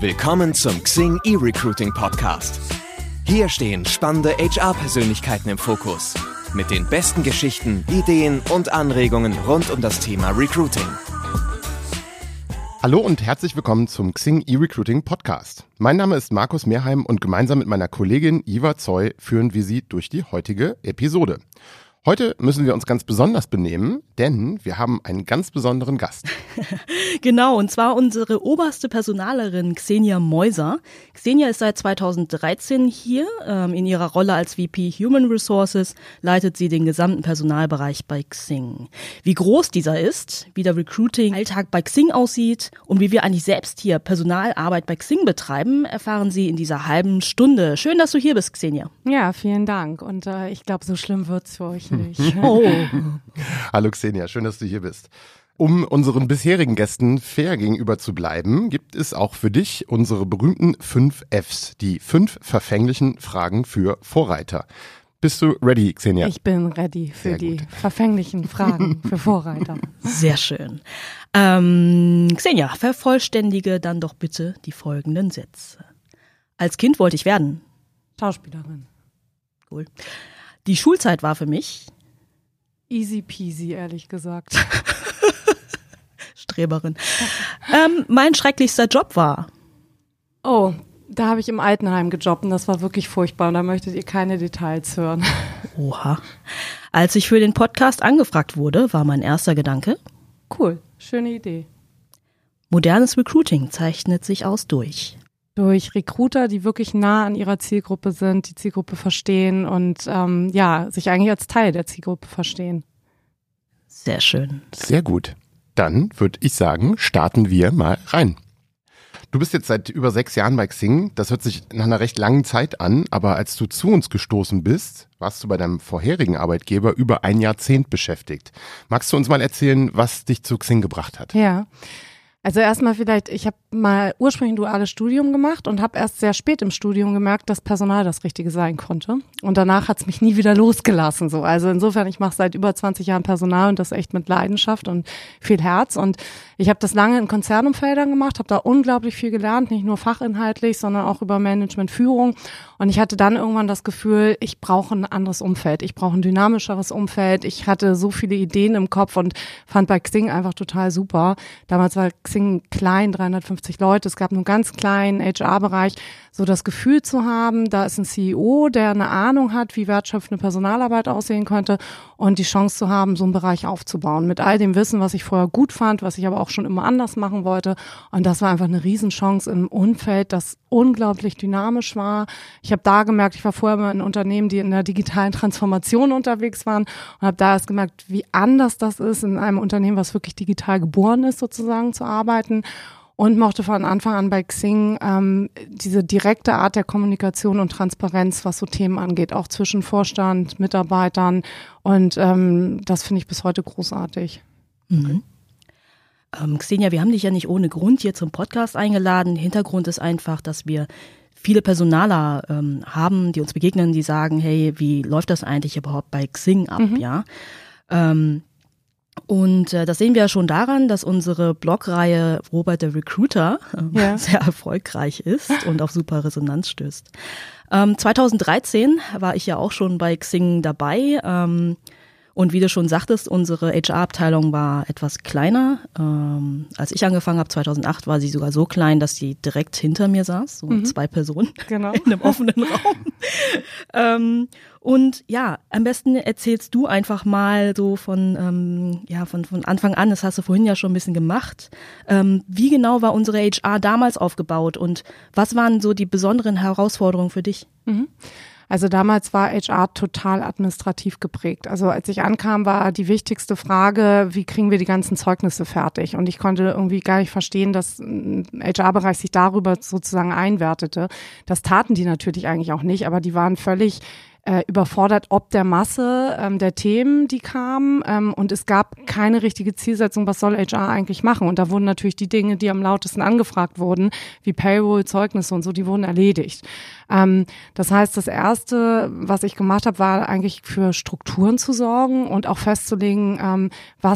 Willkommen zum Xing eRecruiting Podcast. Hier stehen spannende HR-Persönlichkeiten im Fokus. Mit den besten Geschichten, Ideen und Anregungen rund um das Thema Recruiting. Hallo und herzlich willkommen zum Xing eRecruiting Podcast. Mein Name ist Markus Mehrheim und gemeinsam mit meiner Kollegin Iva Zoy führen wir Sie durch die heutige Episode. Heute müssen wir uns ganz besonders benehmen, denn wir haben einen ganz besonderen Gast. Genau, und zwar unsere oberste Personalerin Xenia Meuser. Xenia ist seit 2013 hier. In ihrer Rolle als VP Human Resources leitet sie den gesamten Personalbereich bei Xing. Wie groß dieser ist, wie der Recruiting-Alltag bei Xing aussieht und wie wir eigentlich selbst hier Personalarbeit bei Xing betreiben, erfahren Sie in dieser halben Stunde. Schön, dass du hier bist, Xenia. Ja, vielen Dank. Und ich glaube, so schlimm wird's für euch nicht. Oh. Hallo Xenia, schön, dass du hier bist. Um unseren bisherigen Gästen fair gegenüber zu bleiben, gibt es auch für dich unsere berühmten 5 Fs, die 5 verfänglichen Fragen für Vorreiter. Bist du ready, Xenia? Ich bin ready für die verfänglichen Fragen für Vorreiter. Sehr schön. Xenia, vervollständige dann doch bitte die folgenden Sätze. Als Kind wollte ich werden. Schauspielerin. Cool. Die Schulzeit war für mich Easy peasy, ehrlich gesagt. Streberin. Mein schrecklichster Job war. Oh, da habe ich im Altenheim gejobbt und das war wirklich furchtbar und da möchtet ihr keine Details hören. Oha. Als ich für den Podcast angefragt wurde, war mein erster Gedanke. Cool, schöne Idee. Modernes Recruiting zeichnet sich aus durch Recruiter, die wirklich nah an ihrer Zielgruppe sind, die Zielgruppe verstehen und sich eigentlich als Teil der Zielgruppe verstehen. Sehr schön. Sehr gut. Dann würde ich sagen, starten wir mal rein. Du bist jetzt seit über 6 Jahren bei Xing. Das hört sich nach einer recht langen Zeit an, aber als du zu uns gestoßen bist, warst du bei deinem vorherigen Arbeitgeber über 1 Jahrzehnt beschäftigt. Magst du uns mal erzählen, was dich zu Xing gebracht hat? Ja. Also erstmal vielleicht, ich habe mal ursprünglich ein duales Studium gemacht und habe erst sehr spät im Studium gemerkt, dass Personal das Richtige sein konnte. Und danach hat's mich nie wieder losgelassen. So. Also insofern, ich mache seit über 20 Jahren Personal und das echt mit Leidenschaft und viel Herz. Und ich habe das lange in Konzernumfeldern gemacht, habe da unglaublich viel gelernt, nicht nur fachinhaltlich, sondern auch über Management, Führung. Und ich hatte dann irgendwann das Gefühl, ich brauche ein anderes Umfeld, ich brauche ein dynamischeres Umfeld. Ich hatte so viele Ideen im Kopf und fand bei Xing einfach total super. Damals war Xing klein, 350 Leute, es gab nur einen ganz kleinen HR-Bereich, so das Gefühl zu haben, da ist ein CEO, der eine Ahnung hat, wie wertschöpfende Personalarbeit aussehen könnte und die Chance zu haben, so einen Bereich aufzubauen. Mit all dem Wissen, was ich vorher gut fand, was ich aber auch schon immer anders machen wollte. Und das war einfach eine Riesenchance im Umfeld, das unglaublich dynamisch war. Ich habe da gemerkt, ich war vorher mal in Unternehmen, die in der digitalen Transformation unterwegs waren und habe da erst gemerkt, wie anders das ist, in einem Unternehmen, was wirklich digital geboren ist, sozusagen zu arbeiten. Und mochte von Anfang an bei Xing diese direkte Art der Kommunikation und Transparenz, was so Themen angeht, auch zwischen Vorstand, Mitarbeitern. Und das finde ich bis heute großartig. Mhm. Xenia, wir haben dich ja nicht ohne Grund hier zum Podcast eingeladen. Hintergrund ist einfach, dass wir viele Personaler haben, die uns begegnen, die sagen, hey, wie läuft das eigentlich überhaupt bei Xing ab? Ja. Und das sehen wir ja schon daran, dass unsere Blogreihe Robert der Recruiter sehr erfolgreich ist und auf super Resonanz stößt. 2013 war ich ja auch schon bei Xing dabei. Und wie du schon sagtest, unsere HR-Abteilung war etwas kleiner. Als ich angefangen habe, 2008, war sie sogar so klein, dass sie direkt hinter mir saß, so 2 Personen in einem offenen Raum. Und ja, am besten erzählst du einfach mal so von Anfang an, das hast du vorhin ja schon ein bisschen gemacht. Wie genau war unsere HR damals aufgebaut und was waren so die besonderen Herausforderungen für dich? Also damals war HR total administrativ geprägt. Also als ich ankam, war die wichtigste Frage, wie kriegen wir die ganzen Zeugnisse fertig? Und ich konnte irgendwie gar nicht verstehen, dass ein HR-Bereich sich darüber sozusagen einwertete. Das taten die natürlich eigentlich auch nicht, aber die waren völlig überfordert ob der Masse der Themen, die kamen und es gab keine richtige Zielsetzung, was soll HR eigentlich machen? Und da wurden natürlich die Dinge, die am lautesten angefragt wurden, wie Payroll, Zeugnisse und so, die wurden erledigt. Das heißt, das Erste, was ich gemacht habe, war eigentlich für Strukturen zu sorgen und auch festzulegen, was sind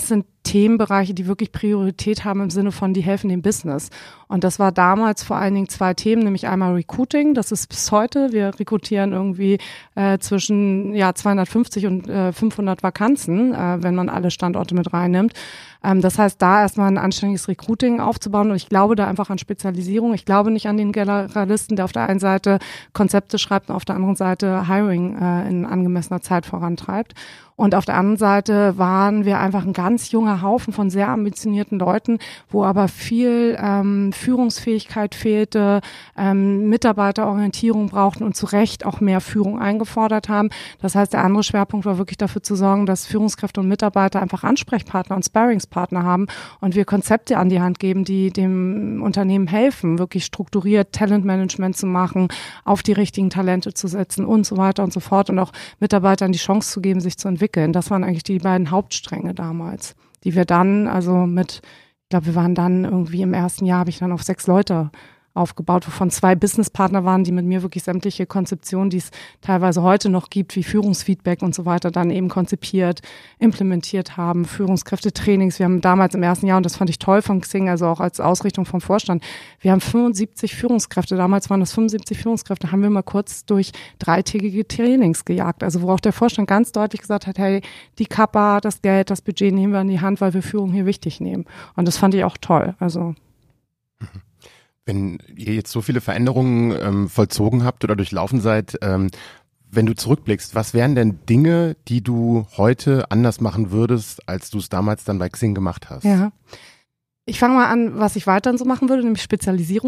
Themenbereiche, die wirklich Priorität haben im Sinne von, die helfen dem Business. Und das war damals vor allen Dingen 2 Themen, nämlich einmal Recruiting, das ist bis heute, wir rekrutieren irgendwie zwischen 250 und 500 Vakanzen, wenn man alle Standorte mit reinnimmt. Das heißt, da erstmal ein anständiges Recruiting aufzubauen und ich glaube da einfach an Spezialisierung. Ich glaube nicht an den Generalisten, der auf der einen Seite Konzepte schreibt und auf der anderen Seite Hiring in angemessener Zeit vorantreibt. Und auf der anderen Seite waren wir einfach ein ganz junger Haufen von sehr ambitionierten Leuten, wo aber viel Führungsfähigkeit fehlte, Mitarbeiterorientierung brauchten und zu Recht auch mehr Führung eingefordert haben. Das heißt, der andere Schwerpunkt war wirklich dafür zu sorgen, dass Führungskräfte und Mitarbeiter einfach Ansprechpartner und Sparringspartner haben und wir Konzepte an die Hand geben, die dem Unternehmen helfen, wirklich strukturiert Talentmanagement zu machen, auf die richtigen Talente zu setzen und so weiter und so fort und auch Mitarbeitern die Chance zu geben, sich zu entwickeln. Das waren eigentlich die beiden Hauptstränge damals, die wir dann, ich glaube, wir waren dann irgendwie im ersten Jahr, habe ich dann auf 6 Leute aufgebaut, wovon 2 Businesspartner waren, die mit mir wirklich sämtliche Konzeptionen, die es teilweise heute noch gibt, wie Führungsfeedback und so weiter, dann eben konzipiert, implementiert haben, Führungskräftetrainings. Wir haben damals im ersten Jahr, und das fand ich toll von Xing, also auch als Ausrichtung vom Vorstand, wir haben 75 Führungskräfte, damals waren das 75 Führungskräfte, haben wir mal kurz durch 3-tägige Trainings gejagt, also wo auch der Vorstand ganz deutlich gesagt hat, hey, die Kappa, das Geld, das Budget nehmen wir in die Hand, weil wir Führung hier wichtig nehmen. Und das fand ich auch toll, also. Wenn ihr jetzt so viele Veränderungen vollzogen habt oder durchlaufen seid, wenn du zurückblickst, was wären denn Dinge, die du heute anders machen würdest, als du es damals dann bei Xing gemacht hast? Ja, ich fange mal an, was ich weiterhin so machen würde, nämlich Spezialisierung.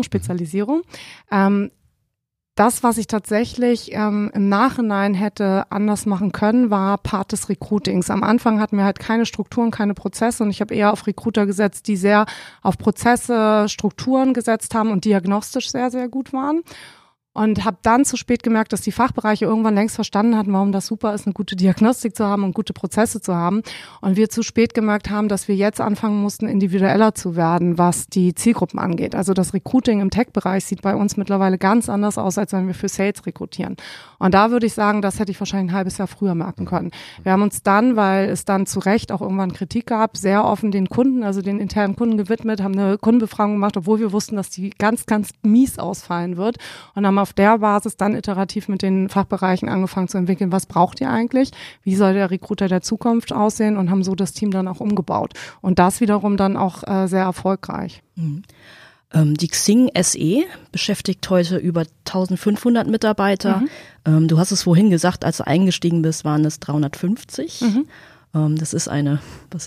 Das, was ich tatsächlich im Nachhinein hätte anders machen können, war Part des Recruitings. Am Anfang hatten wir halt keine Strukturen, keine Prozesse und ich habe eher auf Recruiter gesetzt, die sehr auf Prozesse, Strukturen gesetzt haben und diagnostisch sehr, sehr gut waren. Und habe dann zu spät gemerkt, dass die Fachbereiche irgendwann längst verstanden hatten, warum das super ist, eine gute Diagnostik zu haben und gute Prozesse zu haben. Und wir zu spät gemerkt haben, dass wir jetzt anfangen mussten, individueller zu werden, was die Zielgruppen angeht. Also das Recruiting im Tech-Bereich sieht bei uns mittlerweile ganz anders aus, als wenn wir für Sales rekrutieren. Und da würde ich sagen, das hätte ich wahrscheinlich ein halbes Jahr früher merken können. Wir haben uns dann, weil es dann zu Recht auch irgendwann Kritik gab, sehr offen den Kunden, also den internen Kunden gewidmet, haben eine Kundenbefragung gemacht, obwohl wir wussten, dass die ganz, ganz mies ausfallen wird und haben auf der Basis dann iterativ mit den Fachbereichen angefangen zu entwickeln, was braucht ihr eigentlich, wie soll der Recruiter der Zukunft aussehen und haben so das Team dann auch umgebaut. Und das wiederum dann auch sehr erfolgreich. Mhm. Die Xing SE beschäftigt heute über 1500 Mitarbeiter. Mhm. Du hast es vorhin gesagt, als du eingestiegen bist, waren es 350. Mhm. Das ist eine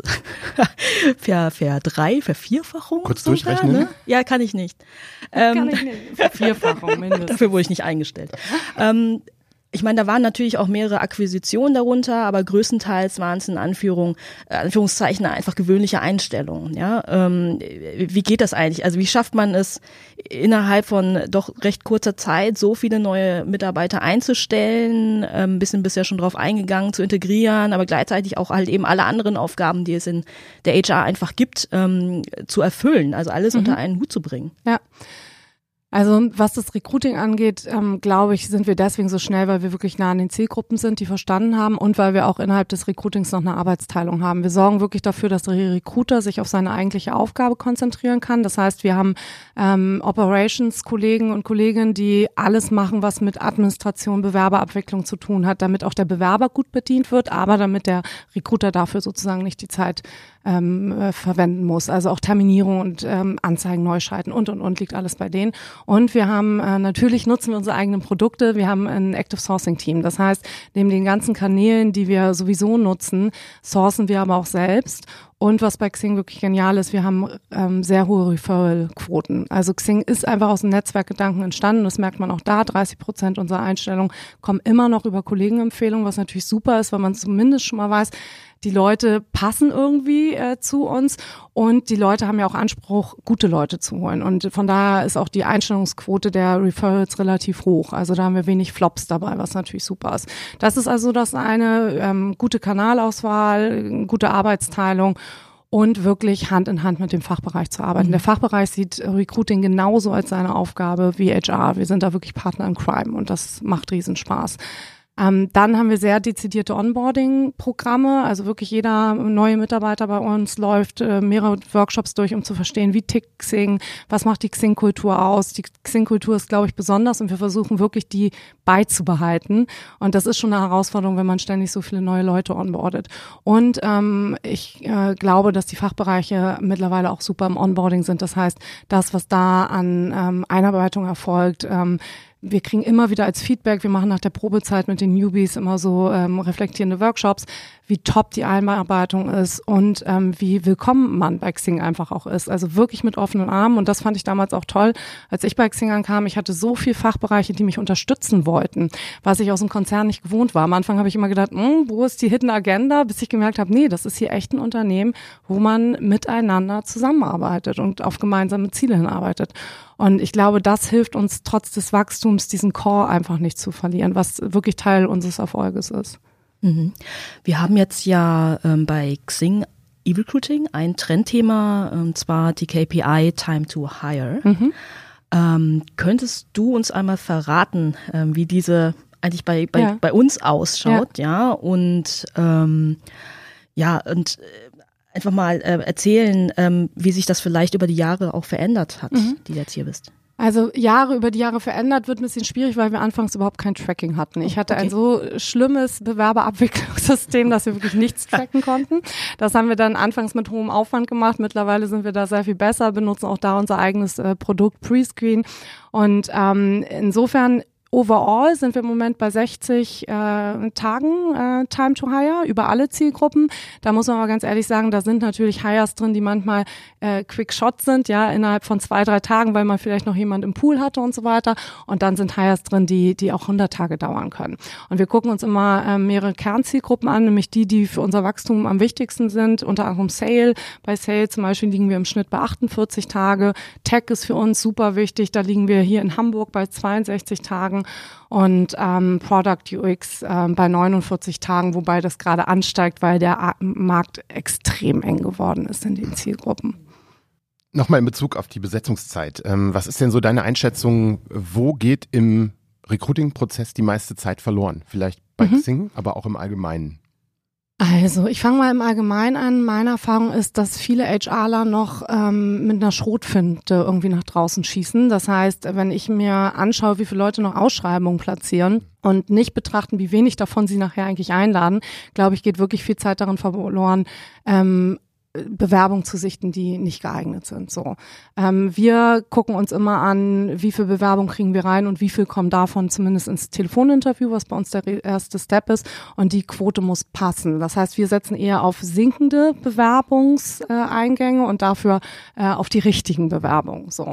Vervierfachung. Kurz durchrechnen? Ne? Ja, kann ich nicht. Kann ich nicht. Vervierfachung mindestens. Dafür wurde ich nicht eingestellt. Ich meine, da waren natürlich auch mehrere Akquisitionen darunter, aber größtenteils waren es in Anführungszeichen einfach gewöhnliche Einstellungen. Ja, wie geht das eigentlich? Also wie schafft man es innerhalb von doch recht kurzer Zeit so viele neue Mitarbeiter einzustellen? Ein bisschen bisher schon drauf eingegangen, zu integrieren, aber gleichzeitig auch halt eben alle anderen Aufgaben, die es in der HR einfach gibt, zu erfüllen. Also alles unter einen Hut zu bringen. Ja. Also was das Recruiting angeht, glaube ich, sind wir deswegen so schnell, weil wir wirklich nah an den Zielgruppen sind, die verstanden haben und weil wir auch innerhalb des Recruitings noch eine Arbeitsteilung haben. Wir sorgen wirklich dafür, dass der Recruiter sich auf seine eigentliche Aufgabe konzentrieren kann. Das heißt, wir haben Operations-Kollegen und Kolleginnen, die alles machen, was mit Administration, Bewerberabwicklung zu tun hat, damit auch der Bewerber gut bedient wird, aber damit der Recruiter dafür sozusagen nicht die Zeit verwenden muss. Also auch Terminierung und Anzeigen neu schalten und liegt alles bei denen. Und wir haben, natürlich nutzen wir unsere eigenen Produkte. Wir haben ein Active Sourcing Team. Das heißt, neben den ganzen Kanälen, die wir sowieso nutzen, sourcen wir aber auch selbst. Und was bei Xing wirklich genial ist, wir haben sehr hohe Referral-Quoten. Also Xing ist einfach aus dem Netzwerkgedanken entstanden. Das merkt man auch da. 30% unserer Einstellungen kommen immer noch über Kollegenempfehlungen, was natürlich super ist, weil man zumindest schon mal weiß, die Leute passen irgendwie zu uns und die Leute haben ja auch Anspruch, gute Leute zu holen. Und von daher ist auch die Einstellungsquote der Referrals relativ hoch. Also da haben wir wenig Flops dabei, was natürlich super ist. Das ist also das eine, gute Kanalauswahl, gute Arbeitsteilung und wirklich Hand in Hand mit dem Fachbereich zu arbeiten. Der Fachbereich sieht Recruiting genauso als seine Aufgabe wie HR. Wir sind da wirklich Partner in Crime und das macht riesen Spaß. Dann haben wir sehr dezidierte Onboarding-Programme, also wirklich jeder neue Mitarbeiter bei uns läuft mehrere Workshops durch, um zu verstehen, wie tickt Xing, was macht die Xing-Kultur aus. Die Xing-Kultur ist, glaube ich, besonders und wir versuchen wirklich, die beizubehalten. Und das ist schon eine Herausforderung, wenn man ständig so viele neue Leute onboardet. Und ich glaube, dass die Fachbereiche mittlerweile auch super im Onboarding sind. Das heißt, das, was da an Einarbeitung erfolgt, wir kriegen immer wieder als Feedback, wir machen nach der Probezeit mit den Newbies immer so reflektierende Workshops, wie top die Einarbeitung ist und wie willkommen man bei Xing einfach auch ist. Also wirklich mit offenen Armen und das fand ich damals auch toll, als ich bei Xing ankam. Ich hatte so viele Fachbereiche, die mich unterstützen wollten, was ich aus dem Konzern nicht gewohnt war. Am Anfang habe ich immer gedacht, wo ist die Hidden Agenda, bis ich gemerkt habe, nee, das ist hier echt ein Unternehmen, wo man miteinander zusammenarbeitet und auf gemeinsame Ziele hinarbeitet. Und ich glaube, das hilft uns trotz des Wachstums, diesen Core einfach nicht zu verlieren, was wirklich Teil unseres Erfolges ist. Mhm. Wir haben jetzt ja bei Xing E-Recruiting ein Trendthema, und zwar die KPI Time to Hire. Könntest du uns einmal verraten, wie diese eigentlich bei uns ausschaut, ja und einfach mal erzählen, wie sich das vielleicht über die Jahre auch verändert hat, die du jetzt hier bist. Also über die Jahre verändert wird ein bisschen schwierig, weil wir anfangs überhaupt kein Tracking hatten. Ich hatte ein so schlimmes Bewerberabwicklungssystem, dass wir wirklich nichts tracken konnten. Das haben wir dann anfangs mit hohem Aufwand gemacht. Mittlerweile sind wir da sehr viel besser, benutzen auch da unser eigenes Produkt Prescreen. Und insofern overall sind wir im Moment bei 60 Tagen Time to Hire über alle Zielgruppen. Da muss man aber ganz ehrlich sagen, da sind natürlich Hires drin, die manchmal Quick Shots sind, ja, innerhalb von 2-3 Tagen, weil man vielleicht noch jemand im Pool hatte und so weiter. Und dann sind Hires drin, die auch 100 Tage dauern können. Und wir gucken uns immer mehrere Kernzielgruppen an, nämlich die für unser Wachstum am wichtigsten sind, unter anderem Sale. Bei Sale zum Beispiel liegen wir im Schnitt bei 48 Tage. Tech ist für uns super wichtig, da liegen wir hier in Hamburg bei 62 Tagen. Und Product UX bei 49 Tagen, wobei das gerade ansteigt, weil der Markt extrem eng geworden ist in den Zielgruppen. Nochmal in Bezug auf die Besetzungszeit. Was ist denn so deine Einschätzung, wo geht im Recruiting-Prozess die meiste Zeit verloren? Vielleicht bei Xing, aber auch im Allgemeinen. Also ich fange mal im Allgemeinen an. Meine Erfahrung ist, dass viele HRler noch mit einer Schrotfinte irgendwie nach draußen schießen. Das heißt, wenn ich mir anschaue, wie viele Leute noch Ausschreibungen platzieren und nicht betrachten, wie wenig davon sie nachher eigentlich einladen, glaube ich, geht wirklich viel Zeit darin verloren, Bewerbungen zu sichten, die nicht geeignet sind. So, wir gucken uns immer an, wie viel Bewerbung kriegen wir rein und wie viel kommen davon zumindest ins Telefoninterview, was bei uns der erste Step ist. Und die Quote muss passen. Das heißt, wir setzen eher auf sinkende Bewerbungseingänge und dafür auf die richtigen Bewerbungen. So.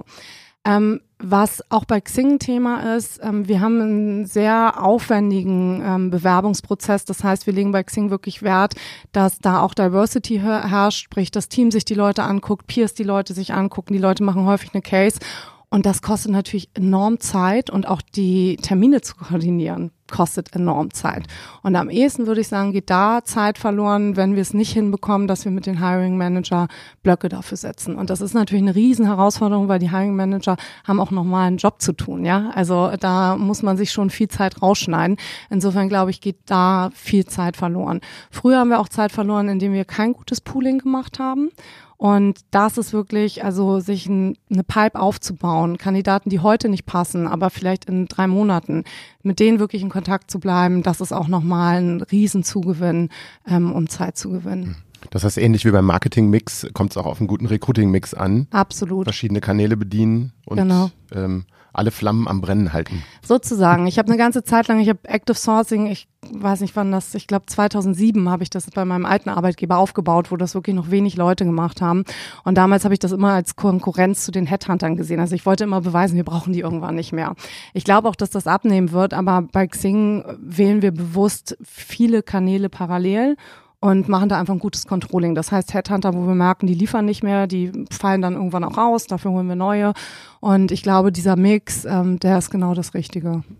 Was auch bei Xing ein Thema ist, wir haben einen sehr aufwendigen Bewerbungsprozess. Das heißt, wir legen bei Xing wirklich Wert, dass da auch Diversity herrscht, sprich, das Team sich die Leute anguckt, Peers die Leute sich angucken, die Leute machen häufig eine Case. Und das kostet natürlich enorm Zeit und auch die Termine zu koordinieren kostet enorm Zeit. Und am ehesten würde ich sagen, geht da Zeit verloren, wenn wir es nicht hinbekommen, dass wir mit den Hiring Manager Blöcke dafür setzen. Und das ist natürlich eine riesen Herausforderung, weil die Hiring Manager haben auch nochmal einen Job zu tun, ja. Also da muss man sich schon viel Zeit rausschneiden. Insofern glaube ich, geht da viel Zeit verloren. Früher haben wir auch Zeit verloren, indem wir kein gutes Pooling gemacht haben. Und das ist wirklich, also sich eine Pipe aufzubauen, Kandidaten, die heute nicht passen, aber vielleicht in 3 Monaten, mit denen wirklich in Kontakt zu bleiben, das ist auch nochmal ein Riesenzugewinn, um Zeit zu gewinnen. Das heißt, ähnlich wie beim Marketing-Mix kommt es auch auf einen guten Recruiting-Mix an. Absolut. Verschiedene Kanäle bedienen und genau. Alle Flammen am Brennen halten. Sozusagen. Ich habe eine ganze Zeit lang, ich habe Active Sourcing, ich weiß nicht wann das, ich glaube 2007 habe ich das bei meinem alten Arbeitgeber aufgebaut, wo das wirklich noch wenig Leute gemacht haben. Und damals habe ich das immer als Konkurrenz zu den Headhuntern gesehen. Also ich wollte immer beweisen, wir brauchen die irgendwann nicht mehr. Ich glaube auch, dass das abnehmen wird, aber bei Xing wählen wir bewusst viele Kanäle parallel und machen da einfach ein gutes Controlling. Das heißt, Headhunter, wo wir merken, die liefern nicht mehr, die fallen dann irgendwann auch raus, dafür holen wir neue. Und ich glaube, dieser Mix, der ist genau das Richtige.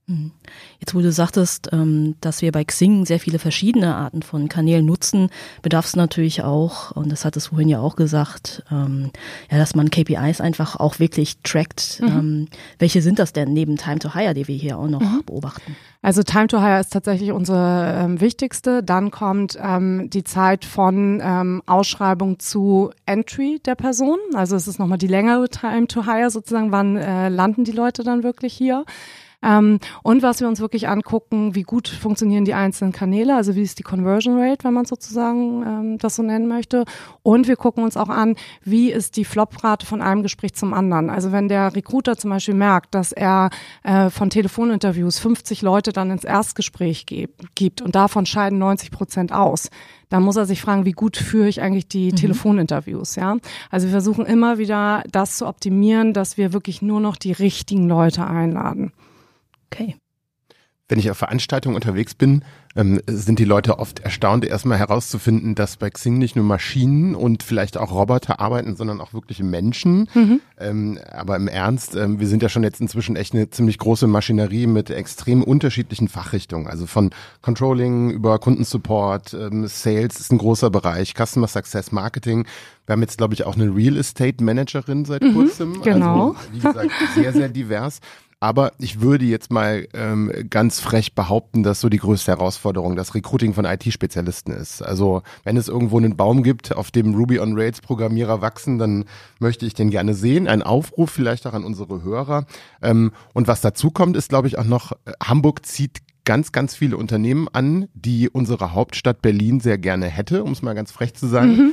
Jetzt, wo du sagtest, dass wir bei Xing sehr viele verschiedene Arten von Kanälen nutzen, bedarf es natürlich auch, und das hat es vorhin ja auch gesagt, dass man KPIs einfach auch wirklich trackt. Welche sind das denn neben Time to Hire, die wir hier auch noch beobachten? Also Time to Hire ist tatsächlich unsere wichtigste. Dann kommt die Zeit von Ausschreibung zu Entry der Person. Also es ist nochmal die längere Time to Hire sozusagen. Wann landen die Leute dann wirklich hier? Und was wir uns wirklich angucken, wie gut funktionieren die einzelnen Kanäle, also wie ist die Conversion Rate, wenn man sozusagen das so nennen möchte. Und wir gucken uns auch an, wie ist die Flop-Rate von einem Gespräch zum anderen. Also wenn der Recruiter zum Beispiel merkt, dass er von Telefoninterviews 50 Leute dann ins Erstgespräch gibt und davon scheiden 90% aus, dann muss er sich fragen, wie gut führe ich eigentlich die Telefoninterviews, ja? Also wir versuchen immer wieder das zu optimieren, dass wir wirklich nur noch die richtigen Leute einladen. Okay. Wenn ich auf Veranstaltungen unterwegs bin, sind die Leute oft erstaunt, erstmal herauszufinden, dass bei Xing nicht nur Maschinen und vielleicht auch Roboter arbeiten, sondern auch wirkliche Menschen. Aber im Ernst, wir sind ja schon jetzt inzwischen echt eine ziemlich große Maschinerie mit extrem unterschiedlichen Fachrichtungen. Also von Controlling über Kundensupport, Sales ist ein großer Bereich, Customer Success, Marketing. Wir haben jetzt, glaube ich, auch eine Real Estate Managerin seit kurzem. Genau. Also, wie gesagt, sehr, sehr divers. Aber ich würde jetzt mal ganz frech behaupten, dass so die größte Herausforderung das Recruiting von IT-Spezialisten ist. Also wenn es irgendwo einen Baum gibt, auf dem Ruby on Rails Programmierer wachsen, dann möchte ich den gerne sehen. Ein Aufruf vielleicht auch an unsere Hörer. Und was dazu kommt, ist, glaube ich, auch noch, Hamburg zieht ganz, ganz viele Unternehmen an, die unsere Hauptstadt Berlin sehr gerne hätte, um es mal ganz frech zu sagen.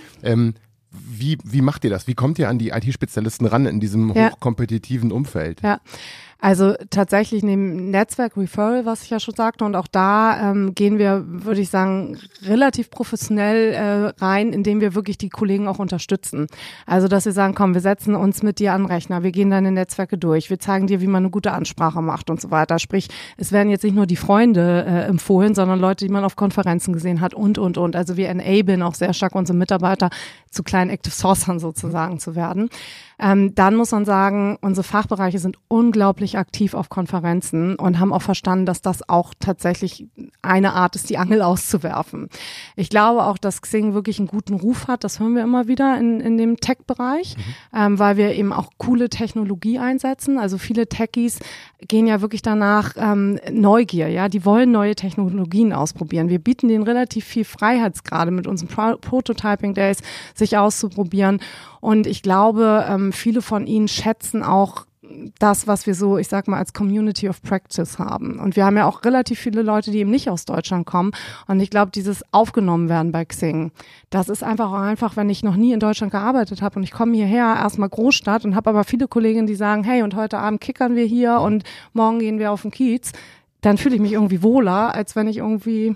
Wie macht ihr das? Wie kommt ihr an die IT-Spezialisten ran in diesem hochkompetitiven Umfeld? Ja. Also tatsächlich neben Netzwerk Referral, was ich ja schon sagte, und auch da gehen wir, würde ich sagen, relativ professionell rein, indem wir wirklich die Kollegen auch unterstützen. Also dass wir sagen, komm, wir setzen uns mit dir an den Rechner, wir gehen deine Netzwerke durch, wir zeigen dir, wie man eine gute Ansprache macht und so weiter. Sprich, es werden jetzt nicht nur die Freunde empfohlen, sondern Leute, die man auf Konferenzen gesehen hat und. Also wir enablen auch sehr stark unsere Mitarbeiter zu kleinen Active Sourcern sozusagen zu werden. Dann muss man sagen, unsere Fachbereiche sind unglaublich aktiv auf Konferenzen und haben auch verstanden, dass das auch tatsächlich eine Art ist, die Angel auszuwerfen. Ich glaube auch, dass Xing wirklich einen guten Ruf hat. Das hören wir immer wieder in dem Tech-Bereich, weil wir eben auch coole Technologie einsetzen. Also viele Techies gehen ja wirklich danach Neugier, ja, die wollen neue Technologien ausprobieren. Wir bieten denen relativ viel Freiheitsgrade mit unseren Prototyping Days, sich auszuprobieren. Und ich glaube, viele von ihnen schätzen auch das, was wir so, ich sag mal, als Community of Practice haben. Und wir haben ja auch relativ viele Leute, die eben nicht aus Deutschland kommen. Und ich glaube, dieses aufgenommen werden bei Xing, das ist einfach, wenn ich noch nie in Deutschland gearbeitet habe und ich komme hierher, erstmal Großstadt und habe aber viele Kolleginnen, die sagen, hey, und heute Abend kickern wir hier und morgen gehen wir auf den Kiez, dann fühle ich mich irgendwie wohler, als wenn ich irgendwie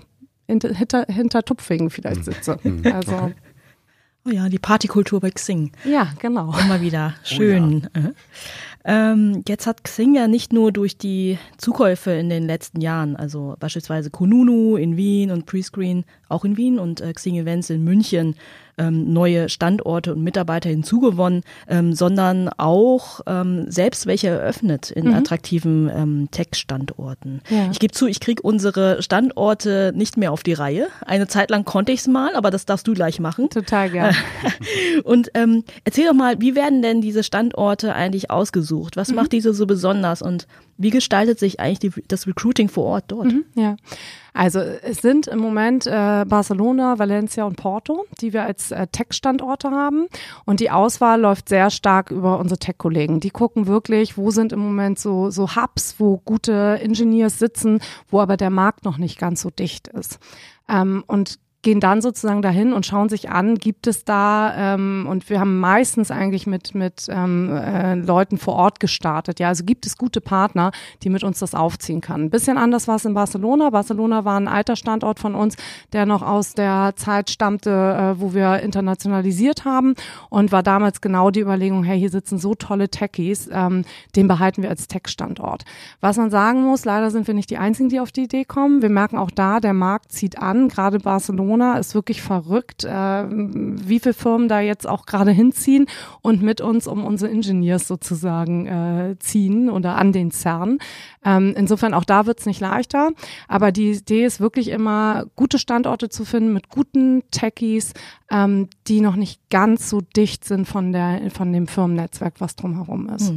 hinter Tupfingen vielleicht sitze. Also Oh ja, die Partykultur bei Xing. Ja, genau. Immer wieder schön. Oh ja. Jetzt hat Xing ja nicht nur durch die Zukäufe in den letzten Jahren, also beispielsweise Kununu in Wien und Prescreen auch in Wien und Xing Events in München, neue Standorte und Mitarbeiter hinzugewonnen, sondern auch selbst welche eröffnet in attraktiven Tech-Standorten. Ja. Ich gebe zu, ich kriege unsere Standorte nicht mehr auf die Reihe. Eine Zeit lang konnte ich es mal, aber das darfst du gleich machen. Total gerne. Und erzähl doch mal, wie werden denn diese Standorte eigentlich ausgesucht? Was macht diese so besonders und wie gestaltet sich eigentlich das Recruiting vor Ort dort? Ja. Also es sind im Moment Barcelona, Valencia und Porto, die wir als Tech-Standorte haben. Und die Auswahl läuft sehr stark über unsere Tech-Kollegen. Die gucken wirklich, wo sind im Moment so Hubs, wo gute Engineers sitzen, wo aber der Markt noch nicht ganz so dicht ist. Und gehen dann sozusagen dahin und schauen sich an, gibt es da, und wir haben meistens eigentlich mit Leuten vor Ort gestartet, ja, also gibt es gute Partner, die mit uns das aufziehen können. Ein bisschen anders war es in Barcelona. Barcelona war ein alter Standort von uns, der noch aus der Zeit stammte, wo wir internationalisiert haben und war damals genau die Überlegung, hey, hier sitzen so tolle Techies, den behalten wir als Tech-Standort. Was man sagen muss, leider sind wir nicht die Einzigen, die auf die Idee kommen. Wir merken auch da, der Markt zieht an, gerade Barcelona Corona ist wirklich verrückt, wie viele Firmen da jetzt auch gerade hinziehen und mit uns um unsere Engineers sozusagen ziehen oder an den CERN. Insofern auch da wird's nicht leichter, aber die Idee ist wirklich immer, gute Standorte zu finden mit guten Techies, die noch nicht ganz so dicht sind von dem Firmennetzwerk, was drumherum ist.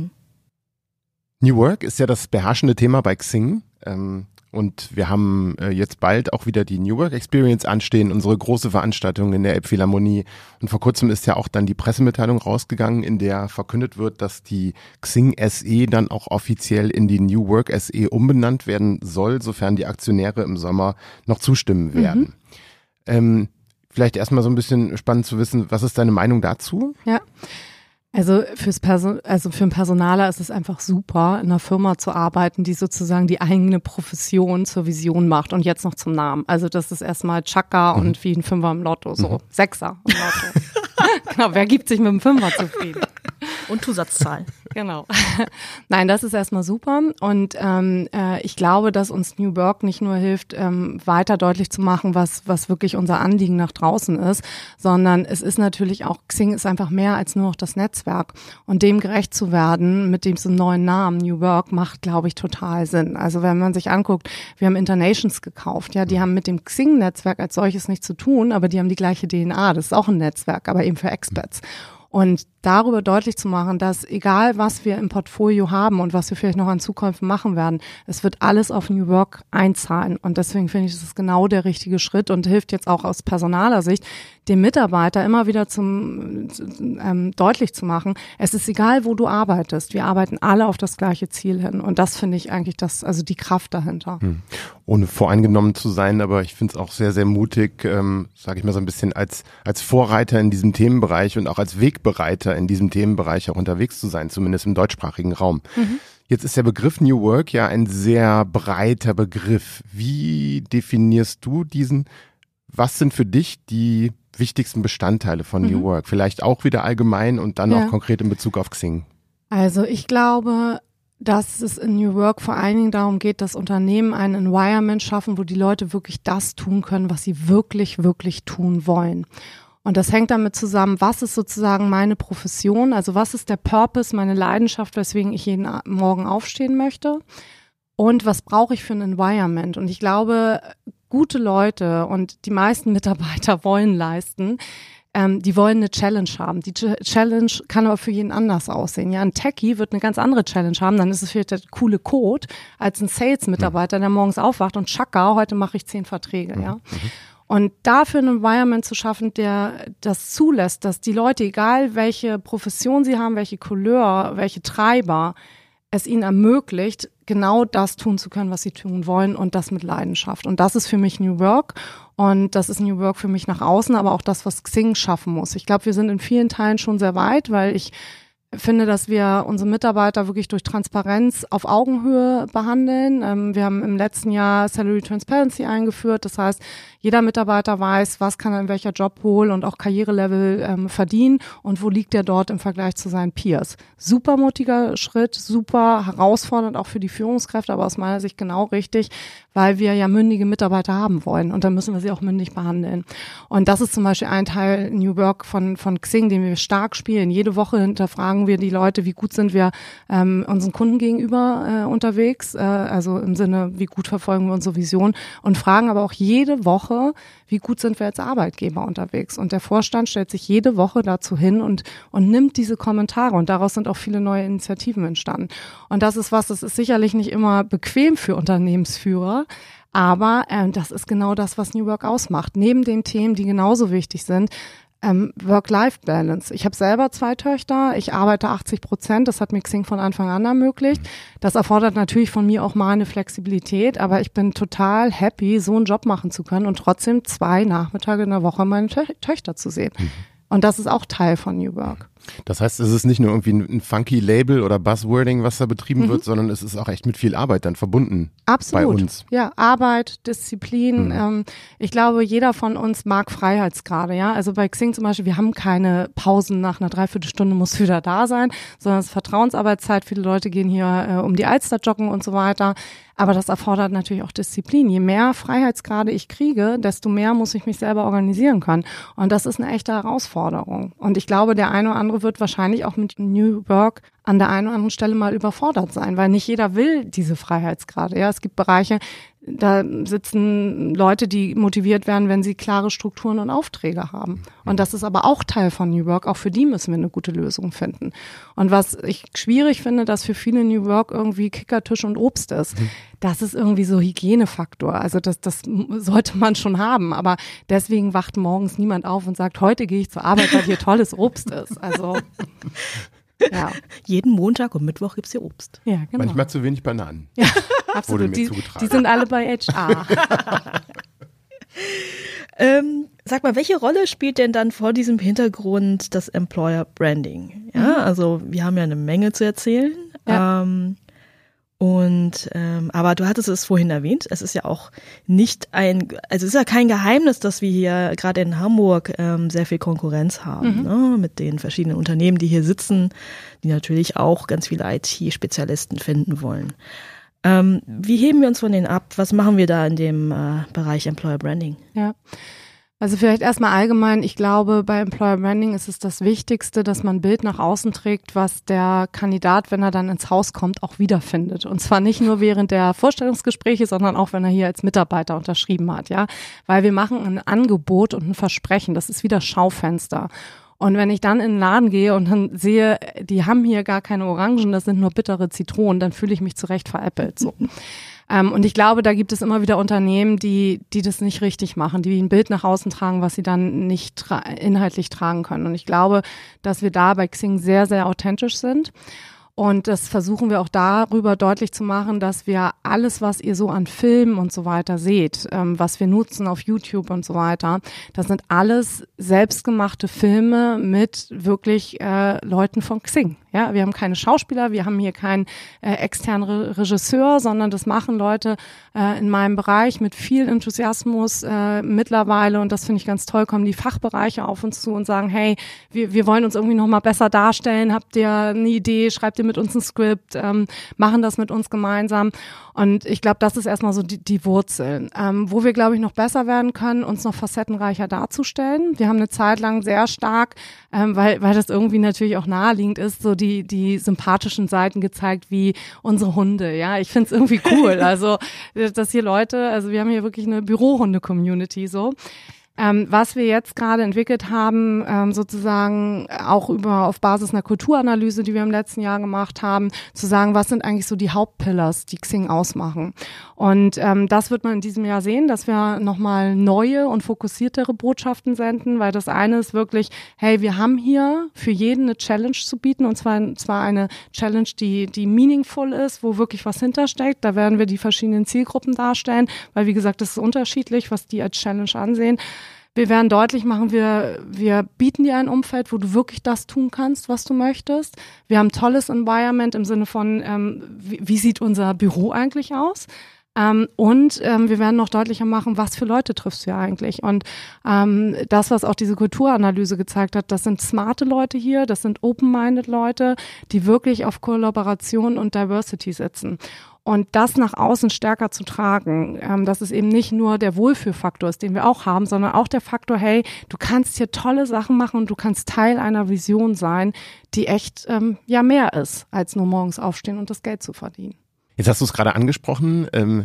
New Work ist ja das beherrschende Thema bei Xing. Und wir haben jetzt bald auch wieder die New Work Experience anstehen, unsere große Veranstaltung in der Elbphilharmonie. Und vor kurzem ist ja auch dann die Pressemitteilung rausgegangen, in der verkündet wird, dass die Xing SE dann auch offiziell in die New Work SE umbenannt werden soll, sofern die Aktionäre im Sommer noch zustimmen werden. Vielleicht erstmal so ein bisschen spannend zu wissen, was ist deine Meinung dazu? Ja. Also für einen Personaler ist es einfach super, in einer Firma zu arbeiten, die sozusagen die eigene Profession zur Vision macht und jetzt noch zum Namen. Also das ist erstmal Chaka und wie ein Fünfer im Lotto, so Sechser im Lotto. Genau, wer gibt sich mit dem Fünfer zufrieden? Und Zusatzzahl. Genau. Nein, das ist erstmal super und ich glaube, dass uns New Work nicht nur hilft, weiter deutlich zu machen, was wirklich unser Anliegen nach draußen ist, sondern es ist natürlich auch, Xing ist einfach mehr als nur noch das Netzwerk und dem gerecht zu werden mit diesem neuen Namen New Work macht, glaube ich, total Sinn. Also wenn man sich anguckt, wir haben Internations gekauft, ja, die haben mit dem Xing-Netzwerk als solches nichts zu tun, aber die haben die gleiche DNA, das ist auch ein Netzwerk, aber eben für Expats. Und darüber deutlich zu machen, dass egal was wir im Portfolio haben und was wir vielleicht noch an Zukäufen machen werden, es wird alles auf New Work einzahlen. Und deswegen finde ich, das ist genau der richtige Schritt und hilft jetzt auch aus personaler Sicht, dem Mitarbeiter immer wieder deutlich zu machen, es ist egal, wo du arbeitest, wir arbeiten alle auf das gleiche Ziel hin. Und das finde ich eigentlich die Kraft dahinter. Ohne voreingenommen zu sein, aber ich finde es auch sehr, sehr mutig, sage ich mal so ein bisschen als Vorreiter in diesem Themenbereich und auch als Wegbereiter in diesem Themenbereich auch unterwegs zu sein, zumindest im deutschsprachigen Raum. Jetzt ist der Begriff New Work ja ein sehr breiter Begriff. Wie definierst du diesen? Was sind für dich die wichtigsten Bestandteile von New Work? Vielleicht auch wieder allgemein und dann auch konkret in Bezug auf Xing. Also ich glaube, dass es in New Work vor allen Dingen darum geht, dass Unternehmen ein Environment schaffen, wo die Leute wirklich das tun können, was sie wirklich, wirklich tun wollen. Und das hängt damit zusammen, was ist sozusagen meine Profession, also was ist der Purpose, meine Leidenschaft, weswegen ich jeden Morgen aufstehen möchte und was brauche ich für ein Environment. Und ich glaube, gute Leute und die meisten Mitarbeiter wollen leisten, die wollen eine Challenge haben. Die Challenge kann aber für jeden anders aussehen. Ja, ein Techie wird eine ganz andere Challenge haben, dann ist es vielleicht der coole Code als ein Sales-Mitarbeiter, der morgens aufwacht und Chaka, heute mache ich 10 Verträge, ja. Und dafür ein Environment zu schaffen, der das zulässt, dass die Leute, egal welche Profession sie haben, welche Couleur, welche Treiber, es ihnen ermöglicht, genau das tun zu können, was sie tun wollen und das mit Leidenschaft. Und das ist für mich New Work und das ist New Work für mich nach außen, aber auch das, was Xing schaffen muss. Ich glaube, wir sind in vielen Teilen schon sehr weit, weil ich finde, dass wir unsere Mitarbeiter wirklich durch Transparenz auf Augenhöhe behandeln. Wir haben im letzten Jahr Salary Transparency eingeführt. Das heißt, jeder Mitarbeiter weiß, was kann er in welcher Jobpool und auch Karrierelevel verdienen und wo liegt er dort im Vergleich zu seinen Peers. Super mutiger Schritt, super herausfordernd auch für die Führungskräfte, aber aus meiner Sicht genau richtig, weil wir ja mündige Mitarbeiter haben wollen und dann müssen wir sie auch mündig behandeln. Und das ist zum Beispiel ein Teil New Work von Xing, den wir stark spielen. Jede Woche hinterfragen wir die Leute, wie gut sind wir unseren Kunden gegenüber unterwegs, also im Sinne, wie gut verfolgen wir unsere Vision und fragen aber auch jede Woche, wie gut sind wir als Arbeitgeber unterwegs. Und der Vorstand stellt sich jede Woche dazu hin und nimmt diese Kommentare und daraus sind auch viele neue Initiativen entstanden. Und das ist sicherlich nicht immer bequem für Unternehmensführer, aber das ist genau das, was New Work ausmacht. Neben den Themen, die genauso wichtig sind, Work-Life-Balance. Ich habe selber 2 Töchter, ich arbeite 80%, das hat mir Xing von Anfang an ermöglicht. Das erfordert natürlich von mir auch mal eine Flexibilität, aber ich bin total happy, so einen Job machen zu können und trotzdem 2 Nachmittage in der Woche meine Töchter zu sehen. Und das ist auch Teil von New Work. Das heißt, es ist nicht nur irgendwie ein funky Label oder Buzzwording, was da betrieben wird, sondern es ist auch echt mit viel Arbeit dann verbunden. Absolut. Bei uns. Ja, Arbeit, Disziplin. Ich glaube, jeder von uns mag Freiheitsgrade. Ja, also bei Xing zum Beispiel, wir haben keine Pausen nach einer Dreiviertelstunde muss wieder da sein, sondern es ist Vertrauensarbeitszeit. Viele Leute gehen hier um die Alster joggen und so weiter. Aber das erfordert natürlich auch Disziplin. Je mehr Freiheitsgrade ich kriege, desto mehr muss ich mich selber organisieren können. Und das ist eine echte Herausforderung. Und ich glaube, der eine oder andere wird wahrscheinlich auch mit New Work an der einen oder anderen Stelle mal überfordert sein, weil nicht jeder will diese Freiheitsgrade. Ja, es gibt Bereiche, da sitzen Leute, die motiviert werden, wenn sie klare Strukturen und Aufträge haben. Und das ist aber auch Teil von New Work. Auch für die müssen wir eine gute Lösung finden. Und was ich schwierig finde, dass für viele New Work irgendwie Kickertisch und Obst ist. Das ist irgendwie so Hygienefaktor. Also das sollte man schon haben. Aber deswegen wacht morgens niemand auf und sagt, heute gehe ich zur Arbeit, weil hier tolles Obst ist. Also ja. Jeden Montag und Mittwoch gibt's hier Obst. Ja, genau. Manchmal zu wenig Bananen. Ja, absolut. Die sind alle bei HR. Sag mal, welche Rolle spielt denn dann vor diesem Hintergrund das Employer Branding? Ja, also wir haben ja eine Menge zu erzählen. Ja. Aber du hattest es vorhin erwähnt, es ist ja auch es ist ja kein Geheimnis, dass wir hier gerade in Hamburg sehr viel Konkurrenz haben, ne, mit den verschiedenen Unternehmen, die hier sitzen, die natürlich auch ganz viele IT-Spezialisten finden wollen. Wie heben wir uns von denen ab? Was machen wir da in dem Bereich Employer Branding? Ja. Also vielleicht erstmal allgemein, ich glaube, bei Employer Branding ist es das Wichtigste, dass man ein Bild nach außen trägt, was der Kandidat, wenn er dann ins Haus kommt, auch wiederfindet. Und zwar nicht nur während der Vorstellungsgespräche, sondern auch, wenn er hier als Mitarbeiter unterschrieben hat, ja. Weil wir machen ein Angebot und ein Versprechen, das ist wie das Schaufenster. Und wenn ich dann in den Laden gehe und dann sehe, die haben hier gar keine Orangen, das sind nur bittere Zitronen, dann fühle ich mich zurecht veräppelt, so. Und ich glaube, da gibt es immer wieder Unternehmen, die das nicht richtig machen, die ein Bild nach außen tragen, was sie dann nicht inhaltlich tragen können. Und ich glaube, dass wir da bei Xing sehr, sehr authentisch sind. Und das versuchen wir auch darüber deutlich zu machen, dass wir alles, was ihr so an Filmen und so weiter seht, was wir nutzen auf YouTube und so weiter, das sind alles selbstgemachte Filme mit wirklich Leuten von Xing. Ja, wir haben keine Schauspieler, wir haben hier keinen externen Regisseur, sondern das machen Leute in meinem Bereich mit viel Enthusiasmus mittlerweile, und das finde ich ganz toll, kommen die Fachbereiche auf uns zu und sagen, hey, wir wollen uns irgendwie noch mal besser darstellen, habt ihr eine Idee, schreibt ihr mit uns ein Skript, machen das mit uns gemeinsam. Und ich glaube, das ist erstmal so die Wurzeln. Wo wir, glaube ich, noch besser werden können, uns noch facettenreicher darzustellen. Wir haben eine Zeit lang sehr stark, weil das irgendwie natürlich auch naheliegend ist, so die sympathischen Seiten gezeigt, wie unsere Hunde. Ja, ich finde es irgendwie cool. Also, dass hier Leute, also wir haben hier wirklich eine Bürohunde-Community so. Was wir jetzt gerade entwickelt haben, sozusagen auch auf Basis einer Kulturanalyse, die wir im letzten Jahr gemacht haben, zu sagen, was sind eigentlich so die Hauptpillars, die Xing ausmachen. Und das wird man in diesem Jahr sehen, dass wir nochmal neue und fokussiertere Botschaften senden, weil das eine ist wirklich, hey, wir haben hier für jeden eine Challenge zu bieten, und zwar eine Challenge, die meaningful ist, wo wirklich was hintersteckt. Da werden wir die verschiedenen Zielgruppen darstellen, weil wie gesagt, das ist unterschiedlich, was die als Challenge ansehen. Wir werden deutlich machen, wir bieten dir ein Umfeld, wo du wirklich das tun kannst, was du möchtest. Wir haben ein tolles Environment im Sinne von, wie sieht unser Büro eigentlich aus? Und wir werden noch deutlicher machen, was für Leute triffst du ja eigentlich. Und das, was auch diese Kulturanalyse gezeigt hat, das sind smarte Leute hier, das sind open-minded Leute, die wirklich auf Kollaboration und Diversity setzen. Und das nach außen stärker zu tragen, dass es eben nicht nur der Wohlfühlfaktor ist, den wir auch haben, sondern auch der Faktor, hey, du kannst hier tolle Sachen machen und du kannst Teil einer Vision sein, die echt mehr ist, als nur morgens aufstehen und das Geld zu verdienen. Jetzt hast du es gerade angesprochen,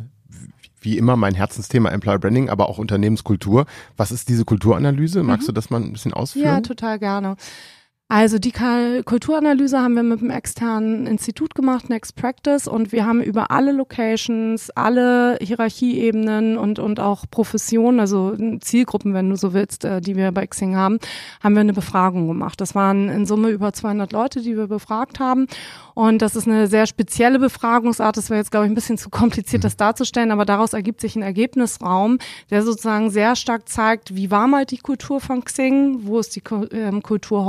wie immer mein Herzensthema Employer Branding, aber auch Unternehmenskultur. Was ist diese Kulturanalyse? Magst du das mal ein bisschen ausführen? Ja, total gerne. Also die Kulturanalyse haben wir mit einem externen Institut gemacht, Next Practice, und wir haben über alle Locations, alle Hierarchieebenen und auch Professionen, also Zielgruppen, wenn du so willst, die wir bei Xing haben wir eine Befragung gemacht. Das waren in Summe über 200 Leute, die wir befragt haben, und das ist eine sehr spezielle Befragungsart. Das wäre jetzt, glaube ich, ein bisschen zu kompliziert, das darzustellen, aber daraus ergibt sich ein Ergebnisraum, der sozusagen sehr stark zeigt, wie war mal die Kultur von Xing, wo ist die Kultur heute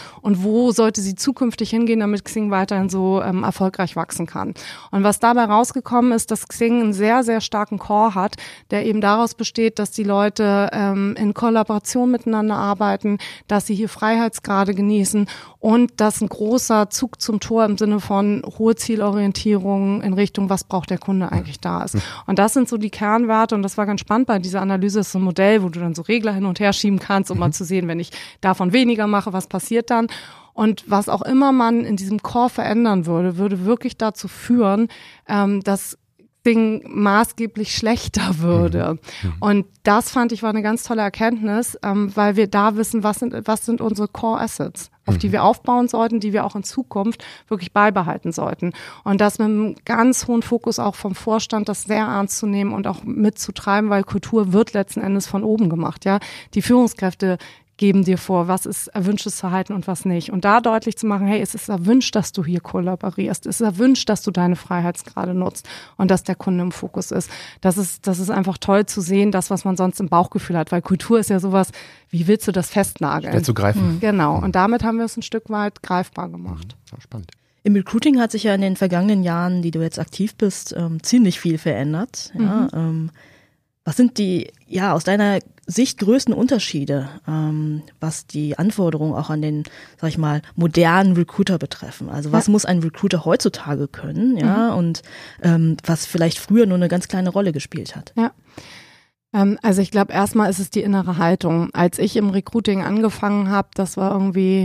und wo sollte sie zukünftig hingehen, damit Xing weiterhin so erfolgreich wachsen kann. Und was dabei rausgekommen ist, dass Xing einen sehr, sehr starken Core hat, der eben daraus besteht, dass die Leute in Kollaboration miteinander arbeiten, dass sie hier Freiheitsgrade genießen und dass ein großer Zug zum Tor im Sinne von hohe Zielorientierung in Richtung, was braucht der Kunde eigentlich da ist. Und das sind so die Kernwerte und das war ganz spannend bei dieser Analyse. Das ist so ein Modell, wo du dann so Regler hin und her schieben kannst, um mal zu sehen, wenn ich davon weniger mache, was passiert dann. Und was auch immer man in diesem Core verändern würde wirklich dazu führen, dass Ding maßgeblich schlechter würde. Und das fand ich war eine ganz tolle Erkenntnis, weil wir da wissen, was sind unsere Core Assets, auf die wir aufbauen sollten, die wir auch in Zukunft wirklich beibehalten sollten. Und das mit einem ganz hohen Fokus auch vom Vorstand, das sehr ernst zu nehmen und auch mitzutreiben, weil Kultur wird letzten Endes von oben gemacht. Ja, die Führungskräfte geben dir vor, was ist erwünschtes Verhalten und was nicht. Und da deutlich zu machen, hey, es ist erwünscht, dass du hier kollaborierst. Es ist erwünscht, dass du deine Freiheitsgrade nutzt und dass der Kunde im Fokus ist. Das ist einfach toll zu sehen, das, was man sonst im Bauchgefühl hat. Weil Kultur ist ja sowas, wie willst du das festnageln? Schwer zu greifen. Genau. Und damit haben wir es ein Stück weit greifbar gemacht. Ja, spannend. Im Recruiting hat sich ja in den vergangenen Jahren, die du jetzt aktiv bist, ziemlich viel verändert. Ja, was sind die, aus deiner Sicht größten Unterschiede, was die Anforderungen auch an den, sag ich mal, modernen Recruiter betreffen? Also was muss ein Recruiter heutzutage können, und was vielleicht früher nur eine ganz kleine Rolle gespielt hat? Ja. Also ich glaube, erstmal ist es die innere Haltung. Als ich im Recruiting angefangen habe, das war irgendwie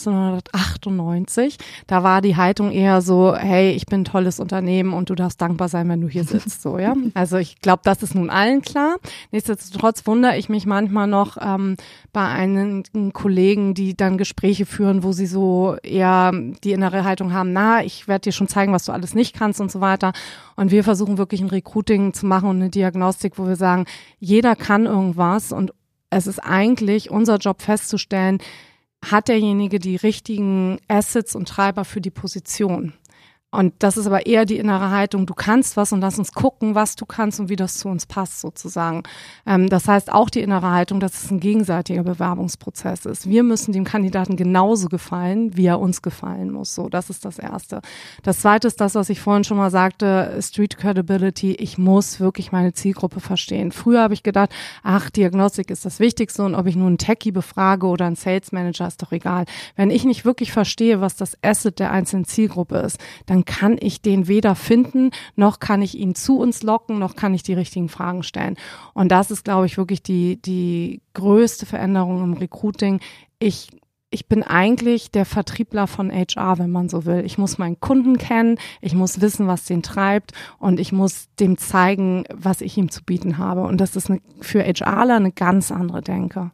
1998, da war die Haltung eher so, hey, ich bin ein tolles Unternehmen und du darfst dankbar sein, wenn du hier sitzt. So, ja. Also ich glaube, das ist nun allen klar. Nichtsdestotrotz wundere ich mich manchmal noch bei einigen Kollegen, die dann Gespräche führen, wo sie so eher die innere Haltung haben, ich werde dir schon zeigen, was du alles nicht kannst und so weiter. Und wir versuchen wirklich ein Recruiting zu machen und eine Diagnostik, wo wir sagen, jeder kann irgendwas und es ist eigentlich unser Job festzustellen, hat derjenige die richtigen Assets und Treiber für die Position. Und das ist aber eher die innere Haltung, du kannst was und lass uns gucken, was du kannst und wie das zu uns passt sozusagen. Das heißt auch die innere Haltung, dass es ein gegenseitiger Bewerbungsprozess ist. Wir müssen dem Kandidaten genauso gefallen, wie er uns gefallen muss. So, das ist das Erste. Das Zweite ist das, was ich vorhin schon mal sagte, Street Credibility. Ich muss wirklich meine Zielgruppe verstehen. Früher habe ich gedacht, Diagnostik ist das Wichtigste und ob ich nur einen Techie befrage oder einen Sales Manager, ist doch egal. Wenn ich nicht wirklich verstehe, was das Asset der einzelnen Zielgruppe ist, dann kann ich den weder finden, noch kann ich ihn zu uns locken, noch kann ich die richtigen Fragen stellen. Und das ist, glaube ich, wirklich die größte Veränderung im Recruiting. Ich bin eigentlich der Vertriebler von HR, wenn man so will. Ich muss meinen Kunden kennen, ich muss wissen, was den treibt und ich muss dem zeigen, was ich ihm zu bieten habe. Und das ist für HRler eine ganz andere Denke.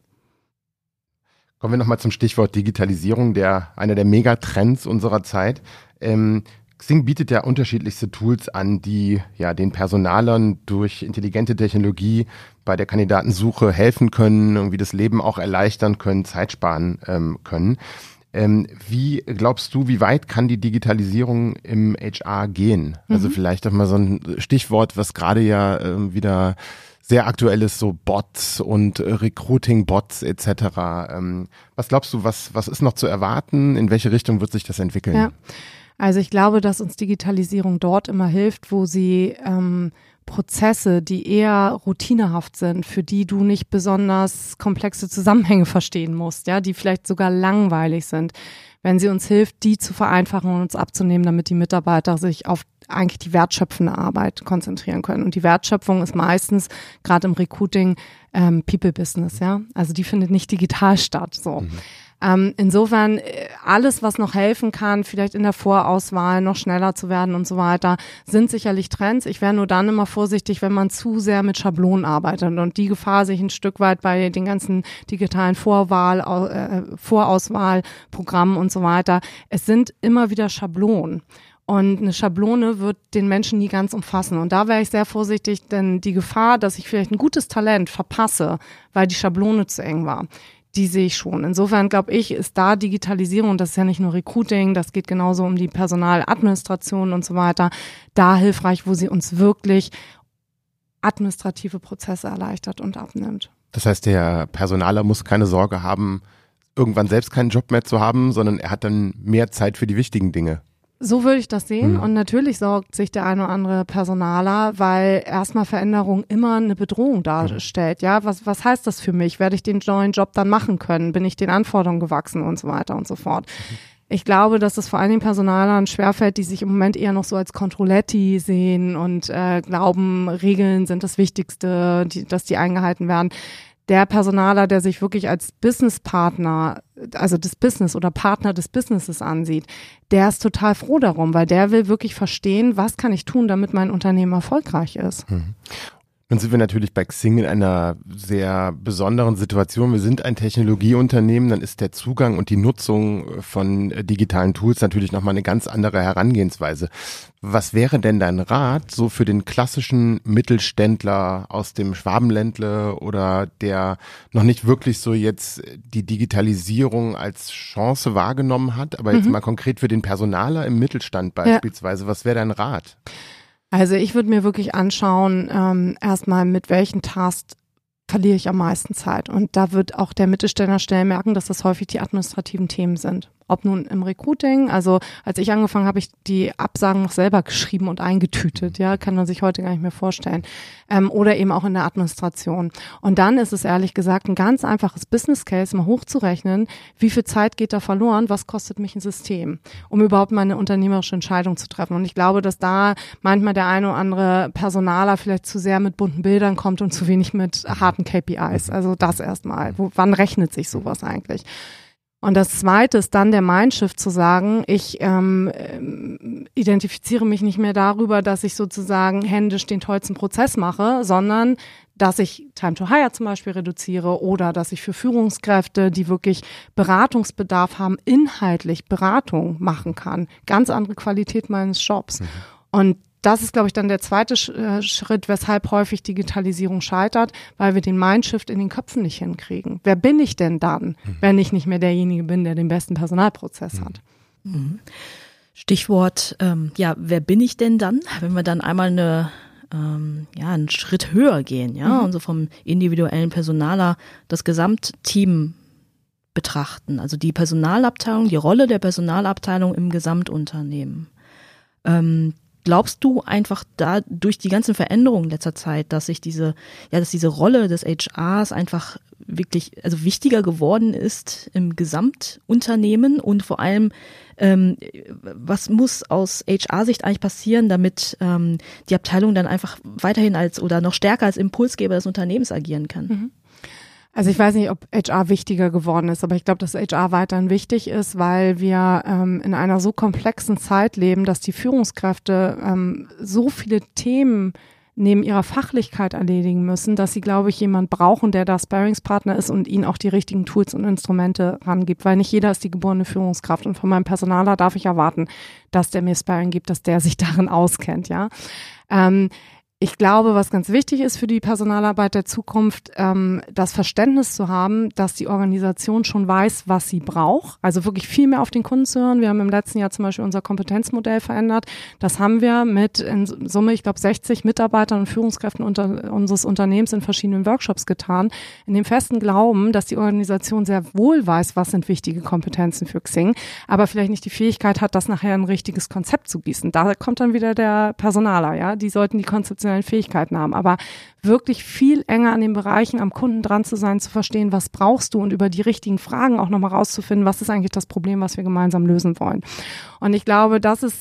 Kommen wir nochmal zum Stichwort Digitalisierung, einer der Megatrends unserer Zeit. Xing bietet ja unterschiedlichste Tools an, die den Personalern durch intelligente Technologie bei der Kandidatensuche helfen können, irgendwie das Leben auch erleichtern können, Zeit sparen können. Wie glaubst du, wie weit kann die Digitalisierung im HR gehen? Also vielleicht auch mal so ein Stichwort, was gerade wieder sehr aktuell ist, so Bots und Recruiting-Bots etc. Was glaubst du, was ist noch zu erwarten? In welche Richtung wird sich das entwickeln? Ja. Also ich glaube, dass uns Digitalisierung dort immer hilft, wo sie Prozesse, die eher routinehaft sind, für die du nicht besonders komplexe Zusammenhänge verstehen musst, die vielleicht sogar langweilig sind, wenn sie uns hilft, die zu vereinfachen und uns abzunehmen, damit die Mitarbeiter sich auf eigentlich die wertschöpfende Arbeit konzentrieren können. Und die Wertschöpfung ist meistens, gerade im Recruiting, People-Business, Also die findet nicht digital statt, so. Insofern alles, was noch helfen kann, vielleicht in der Vorauswahl noch schneller zu werden und so weiter, sind sicherlich Trends. Ich wäre nur dann immer vorsichtig, wenn man zu sehr mit Schablonen arbeitet und die Gefahr sich ein Stück weit bei den ganzen digitalen Vorauswahlprogrammen und so weiter. Es sind immer wieder Schablonen. Und eine Schablone wird den Menschen nie ganz umfassen. Und da wäre ich sehr vorsichtig, denn die Gefahr, dass ich vielleicht ein gutes Talent verpasse, weil die Schablone zu eng war, die sehe ich schon. Insofern glaube ich, ist da Digitalisierung, das ist ja nicht nur Recruiting, das geht genauso um die Personaladministration und so weiter, da hilfreich, wo sie uns wirklich administrative Prozesse erleichtert und abnimmt. Das heißt, der Personaler muss keine Sorge haben, irgendwann selbst keinen Job mehr zu haben, sondern er hat dann mehr Zeit für die wichtigen Dinge. So würde ich das sehen und natürlich sorgt sich der eine oder andere Personaler, weil erstmal Veränderung immer eine Bedrohung darstellt. Ja, was heißt das für mich? Werde ich den neuen Job dann machen können? Bin ich den Anforderungen gewachsen und so weiter und so fort? Ich glaube, dass es vor allen Dingen Personalern schwerfällt, die sich im Moment eher noch so als Controletti sehen und glauben, Regeln sind das Wichtigste, dass die eingehalten werden. Der Personaler, der sich wirklich als Businesspartner, also des Business oder Partner des Businesses ansieht, der ist total froh darum, weil der will wirklich verstehen, was kann ich tun, damit mein Unternehmen erfolgreich ist. Nun sind wir natürlich bei Xing in einer sehr besonderen Situation. Wir sind ein Technologieunternehmen, dann ist der Zugang und die Nutzung von digitalen Tools natürlich nochmal eine ganz andere Herangehensweise. Was wäre denn dein Rat so für den klassischen Mittelständler aus dem Schwabenländle oder der noch nicht wirklich so jetzt die Digitalisierung als Chance wahrgenommen hat, aber jetzt mal konkret für den Personaler im Mittelstand beispielsweise, was wäre dein Rat? Also ich würde mir wirklich anschauen, erstmal mit welchen Tasks verliere ich am meisten Zeit. Und da wird auch der Mittelständler schnell merken, dass das häufig die administrativen Themen sind. Ob nun im Recruiting, also als ich angefangen habe, ich die Absagen noch selber geschrieben und eingetütet, ja, kann man sich heute gar nicht mehr vorstellen. Oder eben auch in der Administration. Und dann ist es ehrlich gesagt ein ganz einfaches Business Case, mal hochzurechnen, wie viel Zeit geht da verloren, was kostet mich ein System, um überhaupt meine unternehmerische Entscheidung zu treffen. Und ich glaube, dass da manchmal der eine oder andere Personaler vielleicht zu sehr mit bunten Bildern kommt und zu wenig mit harten KPIs. Also das erstmal. Wann rechnet sich sowas eigentlich? Und das Zweite ist dann der Mindshift zu sagen, ich identifiziere mich nicht mehr darüber, dass ich sozusagen händisch den tollsten Prozess mache, sondern dass ich Time to Hire zum Beispiel reduziere oder dass ich für Führungskräfte, die wirklich Beratungsbedarf haben, inhaltlich Beratung machen kann. Ganz andere Qualität meines Jobs. Und das ist, glaube ich, dann der zweite Schritt, weshalb häufig Digitalisierung scheitert, weil wir den Mindshift in den Köpfen nicht hinkriegen. Wer bin ich denn dann, wenn ich nicht mehr derjenige bin, der den besten Personalprozess hat? Stichwort, wer bin ich denn dann, wenn wir dann einmal einen Schritt höher gehen, ja, und so vom individuellen Personaler das Gesamtteam betrachten, also die Personalabteilung, die Rolle der Personalabteilung im Gesamtunternehmen. Glaubst du einfach da durch die ganzen Veränderungen in letzter Zeit, dass diese Rolle des HRs einfach wirklich, also wichtiger geworden ist im Gesamtunternehmen und vor allem, was muss aus HR-Sicht eigentlich passieren, damit die Abteilung dann einfach weiterhin oder noch stärker als Impulsgeber des Unternehmens agieren kann? Also ich weiß nicht, ob HR wichtiger geworden ist, aber ich glaube, dass HR weiterhin wichtig ist, weil wir in einer so komplexen Zeit leben, dass die Führungskräfte so viele Themen neben ihrer Fachlichkeit erledigen müssen, dass sie, glaube ich, jemand brauchen, der da Sparringspartner ist und ihnen auch die richtigen Tools und Instrumente rangibt, weil nicht jeder ist die geborene Führungskraft und von meinem Personaler darf ich erwarten, dass der mir Sparring gibt, dass der sich darin auskennt, ja. Ich glaube, was ganz wichtig ist für die Personalarbeit der Zukunft, das Verständnis zu haben, dass die Organisation schon weiß, was sie braucht. Also wirklich viel mehr auf den Kunden zu hören. Wir haben im letzten Jahr zum Beispiel unser Kompetenzmodell verändert. Das haben wir mit in Summe, ich glaube, 60 Mitarbeitern und Führungskräften unseres Unternehmens in verschiedenen Workshops getan. In dem festen Glauben, dass die Organisation sehr wohl weiß, was sind wichtige Kompetenzen für Xing, aber vielleicht nicht die Fähigkeit hat, das nachher in ein richtiges Konzept zu gießen. Da kommt dann wieder der Personaler, ja. Die sollten die konzeptionellen Fähigkeiten haben, aber wirklich viel enger an den Bereichen am Kunden dran zu sein, zu verstehen, was brauchst du und über die richtigen Fragen auch nochmal rauszufinden, was ist eigentlich das Problem, was wir gemeinsam lösen wollen. Und ich glaube, das ist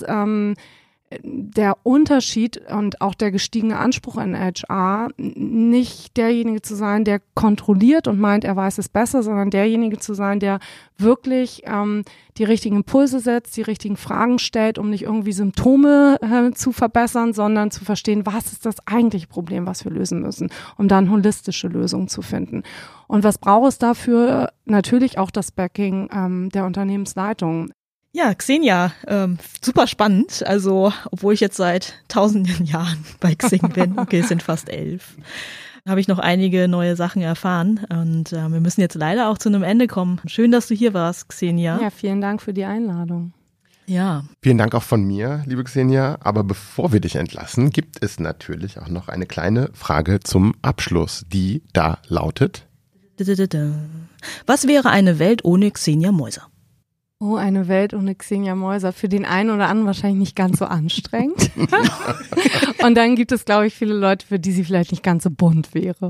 der Unterschied und auch der gestiegene Anspruch in HR, nicht derjenige zu sein, der kontrolliert und meint, er weiß es besser, sondern derjenige zu sein, der wirklich die richtigen Impulse setzt, die richtigen Fragen stellt, um nicht irgendwie Symptome zu verbessern, sondern zu verstehen, was ist das eigentliche Problem, was wir lösen müssen, um dann holistische Lösungen zu finden. Und was braucht es dafür? Natürlich auch das Backing der Unternehmensleitung. Ja, Xenia, super spannend. Also, obwohl ich jetzt seit tausenden Jahren bei Xing bin, okay, es sind fast 11, habe ich noch einige neue Sachen erfahren und wir müssen jetzt leider auch zu einem Ende kommen. Schön, dass du hier warst, Xenia. Ja, vielen Dank für die Einladung. Ja. Vielen Dank auch von mir, liebe Xenia. Aber bevor wir dich entlassen, gibt es natürlich auch noch eine kleine Frage zum Abschluss, die da lautet: Was wäre eine Welt ohne Xenia Meuser? Oh, eine Welt ohne Xenia Meuser. Für den einen oder anderen wahrscheinlich nicht ganz so anstrengend. Und dann gibt es, glaube ich, viele Leute, für die sie vielleicht nicht ganz so bunt wäre.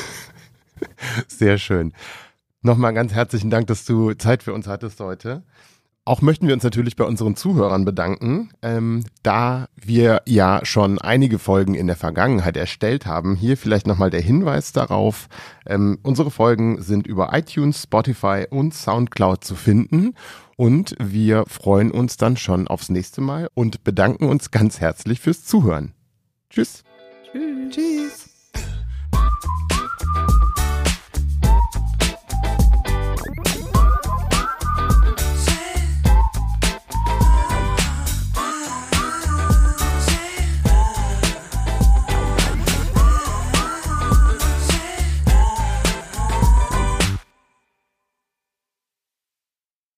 Sehr schön. Nochmal ganz herzlichen Dank, dass du Zeit für uns hattest heute. Auch möchten wir uns natürlich bei unseren Zuhörern bedanken, da wir ja schon einige Folgen in der Vergangenheit erstellt haben. Hier vielleicht nochmal der Hinweis darauf, unsere Folgen sind über iTunes, Spotify und Soundcloud zu finden und wir freuen uns dann schon aufs nächste Mal und bedanken uns ganz herzlich fürs Zuhören. Tschüss. Tschüss.